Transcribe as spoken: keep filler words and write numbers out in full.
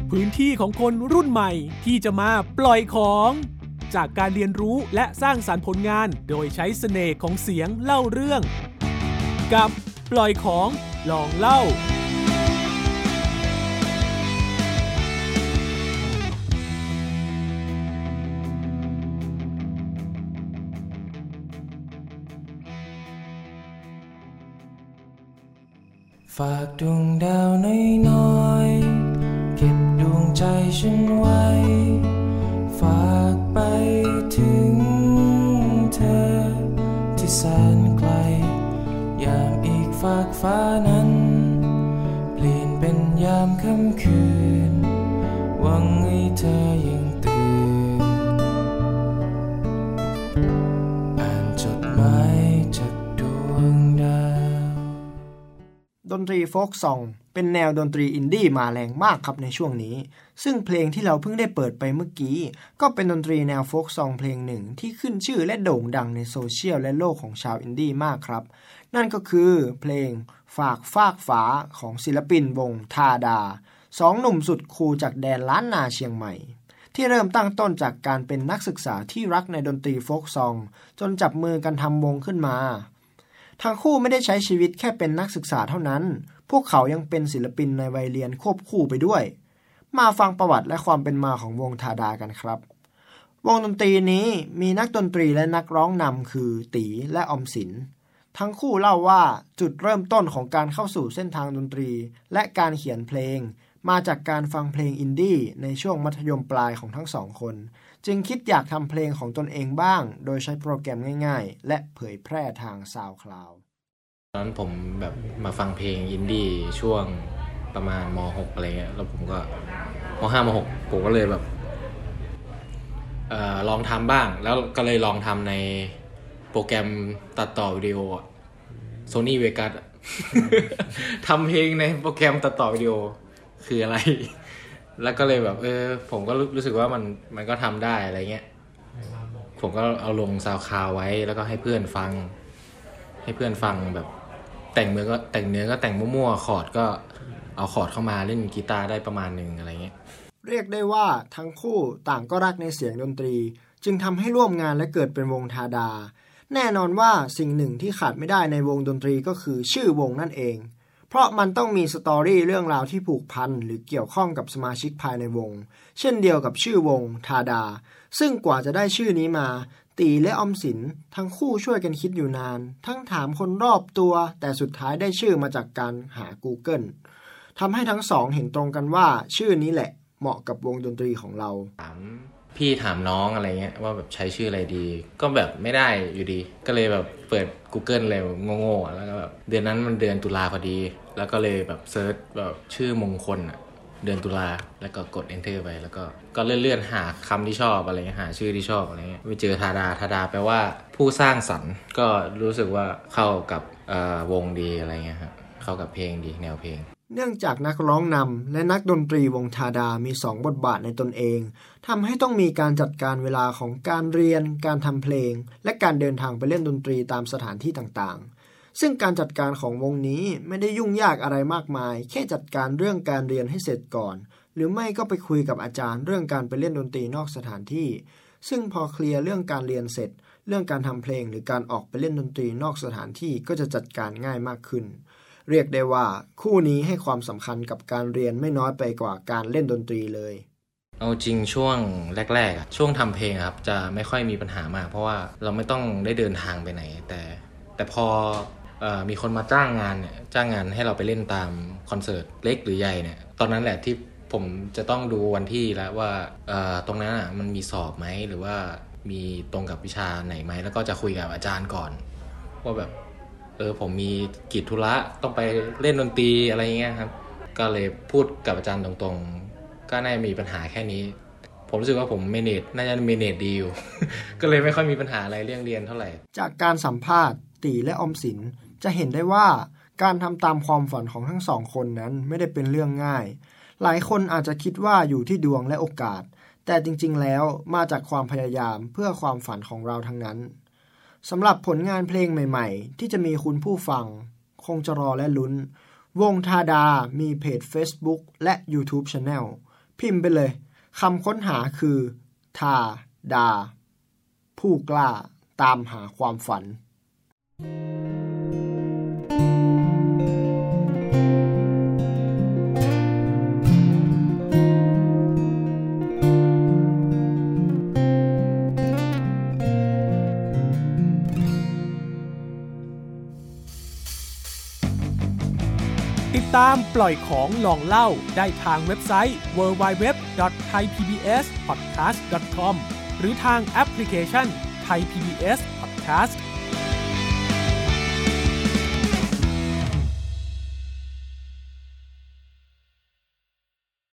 พื้นที่ของคนรุ่นใหม่ที่จะมาปล่อยของจากการเรียนรู้และสร้างสรรค์ผลงานโดยใช้เสน่ห์ของเสียงเล่าเรื่องกับปล่อยของลองเล่าฝากดวงดาวน้อยๆเก็บดวงใจฉันไว้ฝากไปถึงเธอที่แสนไกลยามอีกฝากฟ้านั้นเปลี่ยนเป็นยามค่ำคืนหวังให้เธอยังตื่นอ่านจดหมายจากดวงดาวดนตรีโฟล์คซองเป็นแนวดนตรีอินดี้มาแรงมากครับในช่วงนี้ซึ่งเพลงที่เราเพิ่งได้เปิดไปเมื่อกี้ก็เป็นดนตรีแนวโฟล์คซองเพลงหนึ่งที่ขึ้นชื่อและโด่งดังในโซเชียลและโลกของชาวอินดี้มากครับนั่นก็คือเพลงฝากฟากฟ้าของศิลปินวงทาดาสองหนุ่มสุดคูลจากแดนล้านนาเชียงใหม่ที่เริ่มตั้งต้นจากการเป็นนักศึกษาที่รักในดนตรีโฟล์คซองจนจับมือกันทำวงขึ้นมาทั้งคู่ไม่ได้ใช้ชีวิตแค่เป็นนักศึกษาเท่านั้นพวกเขายังเป็นศิลปินในวัยเรียนควบคู่ไปด้วยมาฟังประวัติและความเป็นมาของวงทาดากันครับวงดนตรีนี้มีนักดนตรีและนักร้องนำคือตีและออมสินทั้งคู่เล่าว่าจุดเริ่มต้นของการเข้าสู่เส้นทางดนตรีและการเขียนเพลงมาจากการฟังเพลงอินดี้ในช่วงมัธยมปลายของทั้งสองคนจึงคิดอยากทำเพลงของตนเองบ้างโดยใช้โปรแกรมง่ายๆและเผยแพร่ทาง SoundCloud ตอนนั้นผมแบบมาฟังเพลงอินดี้ช่วงประมาณม.หก อะไรเงี้ยแล้วผมก็ม.ห้า ม.หก ผมก็เลยแบบเอ่อลองทำบ้างแล้วก็เลยลองทำในโปรแกรมตัดต่อวิดีโอ Sony Vegas ทำเพลงในโปรแกรมตัดต่อวิดีโอคืออะไรแล้วก็เลยแบบเออผมก็รู้สึกว่ามันมันก็ทำได้อะไรเงี้ยผมก็เอาลงซาวคลาวไว้แล้วก็ให้เพื่อนฟังให้เพื่อนฟังแบบแต่งเนื้อก็แต่งเนื้อก็แต่งมั่วๆคอร์ดก็เอาคอร์ดเข้ามาเล่นกีตาร์ได้ประมาณนึงอะไรเงี้ยเรียกได้ว่าทั้งคู่ต่างก็รักในเสียงดนตรีจึงทำให้ร่วมงานและเกิดเป็นวงทาดาแน่นอนว่าสิ่งหนึ่งที่ขาดไม่ได้ในวงดนตรีก็คือชื่อวงนั่นเองเพราะมันต้องมีสตอรี่เรื่องราวที่ผูกพันหรือเกี่ยวข้องกับสมาชิกภายในวงเช่นเดียวกับชื่อวงทาดาซึ่งกว่าจะได้ชื่อนี้มาตีและออมสินทั้งคู่ช่วยกันคิดอยู่นานทั้งถามคนรอบตัวแต่สุดท้ายได้ชื่อมาจากการหา Google ทำให้ทั้งสองเห็นตรงกันว่าชื่อนี้แหละเหมาะกับวงดนตรีของเราถามพี่ถามน้องอะไรเงี้ยว่าแบบใช้ชื่ออะไรดีก็แบบไม่ได้อยู่ดีก็เลยแบบเปิด Google เลยโง่ๆแล้วก็แบบเดือนนั้นมันเดือนตุลาพอดีแล้วก็เลยแบบเซิร์ชแบบชื่อมงคลอ่ะเดือนตุลาแล้วก็กด enter ไปแล้วก็ก็เลื่อนๆหาคำที่ชอบอะไรเงี้ยหาชื่อที่ชอบอะไรเงี้ยไปเจอทาดาทาดาแปลว่าผู้สร้างสรรค์ก็รู้สึกว่าเข้ากับเอ่อวงดีอะไรเงี้ยครับเข้ากับเพลงดีแนวเพลงเนื่องจากนักร้องนำและนักดนตรีวงทาดามีสองบทบาทในตนเองทำให้ต้องมีการจัดการเวลาของการเรียนการทำเพลงและการเดินทางไปเล่นดนตรีตามสถานที่ต่างๆซึ่งการจัดการของวงนี้ไม่ได้ยุ่งยากอะไรมากมายแค่จัดการเรื่องการเรียนให้เสร็จก่อนหรือไม่ก็ไปคุยกับอาจารย์เรื่องการไปเล่นดนตรีนอกสถานที่ซึ่งพอเคลียร์เรื่องการเรียนเสร็จเรื่องการทำเพลงหรือการออกไปเล่นดนตรีนอกสถานที่ก็จะจัดการง่ายมากขึ้นเรียกได้ว่าคู่นี้ให้ความสำคัญกับการเรียนไม่น้อยไปกว่าการเล่นดนตรีเลยเอาจริงช่วงแรกๆช่วงทำเพลงครับจะไม่ค่อยมีปัญหามากเพราะว่าเราไม่ต้องได้เดินทางไปไหนแต่แต่พอเอ่อมีคนมาจ้างงานเนี่ยจ้างงานให้เราไปเล่นตามคอนเสิร์ตเล็กหรือใหญ่เนี่ยตอนนั้นแหละที่ผมจะต้องดูวันที่แล้วว่าเอ่อตรงนั้นอ่ะมันมีสอบไหมหรือว่ามีตรงกับวิชาไหนไหมแล้วก็จะคุยกับอาจารย์ก่อนว่าแบบเออผมมีกิจธุระต้องไปเล่นดนตรีอะไรเงี้ยครับก็เลยพูดกับอาจารย์ตรงๆก็น่าจะมีปัญหาแค่นี้ผมรู้สึกว่าผมเมเนจน่าจะเมเนจดีอยู่ ก็เลยไม่ค่อยมีปัญหาอะไรเรื่องเรียนเท่าไหร่จากการสัมภาษณ์ตีและออมสินจะเห็นได้ว่าการทำตามความฝันของทั้งสองคนนั้นไม่ได้เป็นเรื่องง่ายหลายคนอาจจะคิดว่าอยู่ที่ดวงและโอกาสแต่จริงๆแล้วมาจากความพยายามเพื่อความฝันของเราทั้งนั้นสำหรับผลงานเพลงใหม่ๆที่จะมีคุณผู้ฟังคงจะรอและลุ้นวงทาดามีเพจ Facebook และ YouTube Channel พิมพ์ไปเลยคำค้นหาคือทาดาผู้กล้าตามหาความฝันติดตามปล่อยของลองเล่าได้ทางเว็บไซต์ ดับเบิลยู ดับเบิลยู ดับเบิลยู ดอท ไทย พี บี เอส พอดแคสต์ ดอท คอม หรือทางแอปพลิเคชัน Thai พี บี เอส Podcast